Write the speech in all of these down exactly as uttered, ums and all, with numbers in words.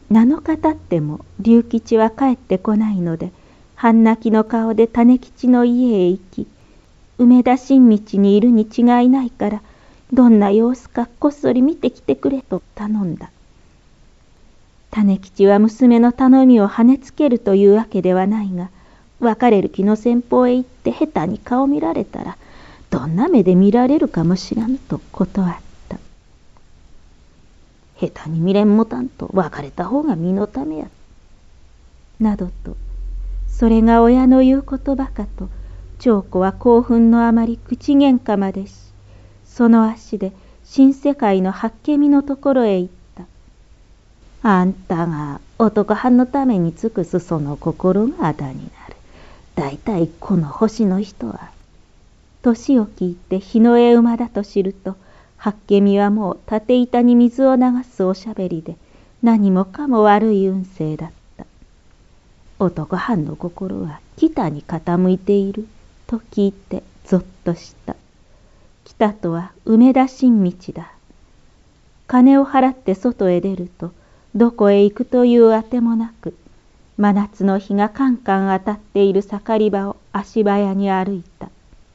なのか経っても龍吉は帰ってこないので、半泣きの顔で種吉の家へ行き、梅田新道にいるに違いないから、どんな様子かこっそり見てきてくれと頼んだ。種吉は娘の頼みを跳ねつけるというわけではないが、別れる気の先方へ行って下手に顔見られたら、どんな目で見られるかも知らぬと断った。下手に見れんもたんと別れた方が身のためや。などと、それが親の言う言葉かと、長子は興奮のあまり口喧嘩までし、その足で新世界の八卦見のところへ行った。あんたが男はんのために尽くすその心があだになる。だいたいこの星の人は。年を聞いて日の絵馬だと知ると、八卦見はもう縦板に水を流すおしゃべりで、何もかも悪い運勢だった。男はんの心は北に傾いていると聞いてぞっとした。北とは梅田新道だ。金を払って外へ出ると、どこへ行くというあてもなく、真夏の日がカンカン当たっている盛り場を足早に歩いた。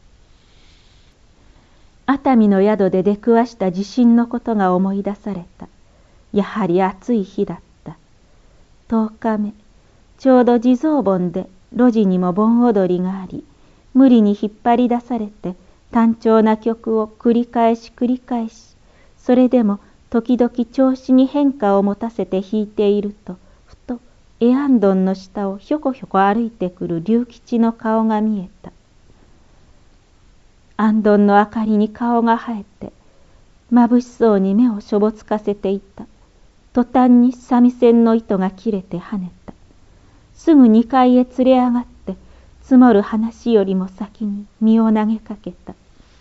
熱海の宿で出くわした地震のことが思い出された。やはり暑い日だった。とおかめ、ちょうど地蔵盆で路地にも盆踊りがあり、無理に引っ張り出されて単調な曲を繰り返し繰り返し、それでも時々調子に変化を持たせて弾いていると、ふとエアンドンの下をひょこひょこ歩いてくる龍吉の顔が見えた。あんどんの明かりに顔が生えて、眩しそうに目をしょぼつかせていた。途端に三味線の糸が切れて跳ねた。すぐ二階へ連れ上がって、積もる話よりも先に身を投げかけた。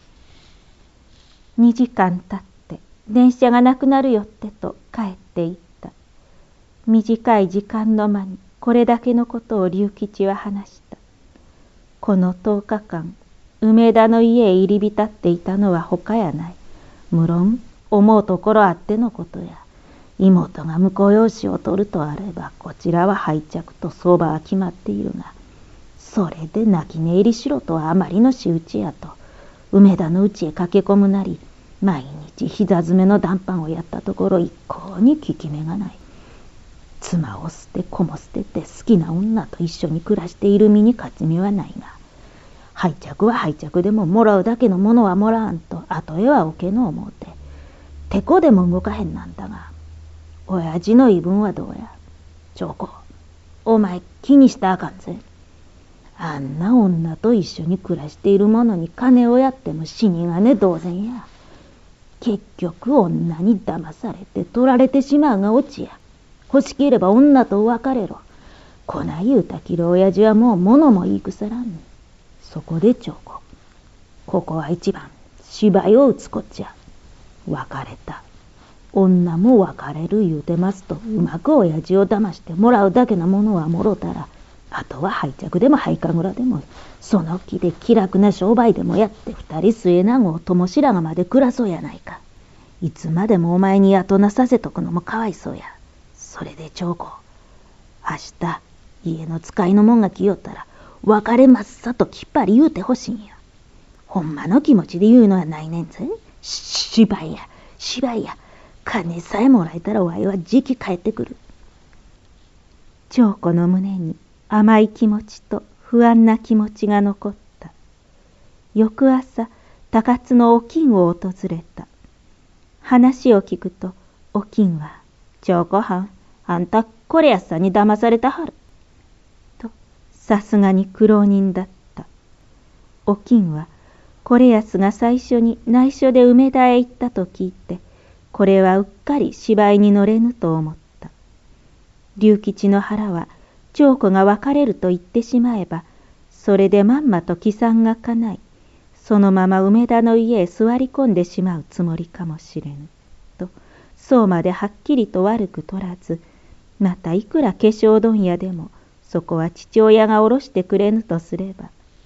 二時間経って電車がなくなるよってと帰っていった。短い時間の間にこれだけのことを龍吉は話した。この十日間、梅田の家へ入り浸っていたのは他やない。無論思うところあってのことや。妹が婿養子を取るとあれば、こちらは廃着と相場は決まっているが、それで泣き寝入りしろとはあまりの仕打ちやと、梅田の家へ駆け込むなり、毎日膝詰めの談判をやったところ一向に効き目がない。妻を捨て子も捨てて好きな女と一緒に暮らしている身に勝ち目はないが、廃着は廃着でももらうだけのものはもらわんと後へはおけの思うて、てこでも動かへんなんだが、親父の言い分はどうや。長子、お前気にしたらあかんぜ。あんな女と一緒に暮らしている者に金をやっても死に金同然や。結局女に騙されて取られてしまうがオチや。欲しければ女と別れろ。こない言うたきり親父はもう物も言い腐らんねん。そこで長子、ここは一番芝居を打つこっちゃ。別れた女も別れる言うてますと、うまく親父を騙してもらうだけのものはもろたら、あとは廃着でも廃家蔵でも、その気で気楽な商売でもやって二人末永を共白髪まで暮らそうやないか。いつまでもお前に雇なさせとくのもかわいそうや。それで長子、明日家の使いのもんが来よったら、別れますさときっぱり言うてほしいんや。ほんまの気持ちで言うのはないねんぜ。芝居や芝居や。金さえもらえたらわいはじき帰ってくる。長子の胸に甘い気持ちと不安な気持ちが残った。翌朝、高津のおきんを訪れた。話を聞くと、おきんは、長子はん、あんたこれやさんに騙されたはる。と、さすがに苦労人だった。おきんは、これやすが最初に内緒で梅田へ行ったと聞いて、これはうっかり芝居に乗れぬと思った。龍吉の腹は、長子が別れると言ってしまえば、それでまんまと帰参が叶い、そのまま梅田の家へ座り込んでしまうつもりかもしれぬ。と、そうまではっきりと悪く取らず、またいくら化粧問屋でも、そこは父親が下ろしてくれぬとすれば、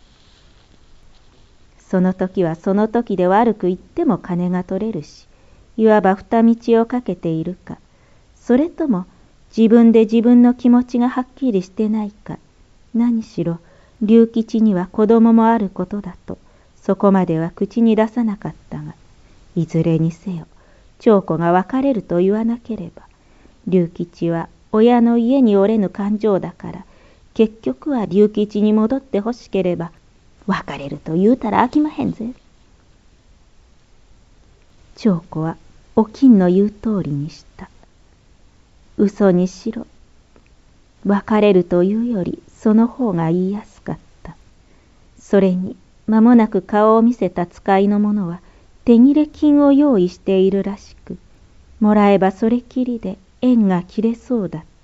その時はその時で悪く言っても金が取れるし、いわば二道をかけているか、それとも自分で自分の気持ちがはっきりしてないか、何しろ龍吉には子供もあることだとそこまでは口に出さなかったが、いずれにせよ長子が別れると言わなければ、龍吉は親の家におれぬ感情だから、結局は龍吉に戻ってほしければ別れると言うたら飽きまへんぜ。長子はおきんの言う通りにした。嘘にしろ。別れるというよりその方が言いやすかった。それに間もなく顔を見せた使いの者は手切れ金を用意しているらしく、もらえばそれきりで縁が切れそうだった。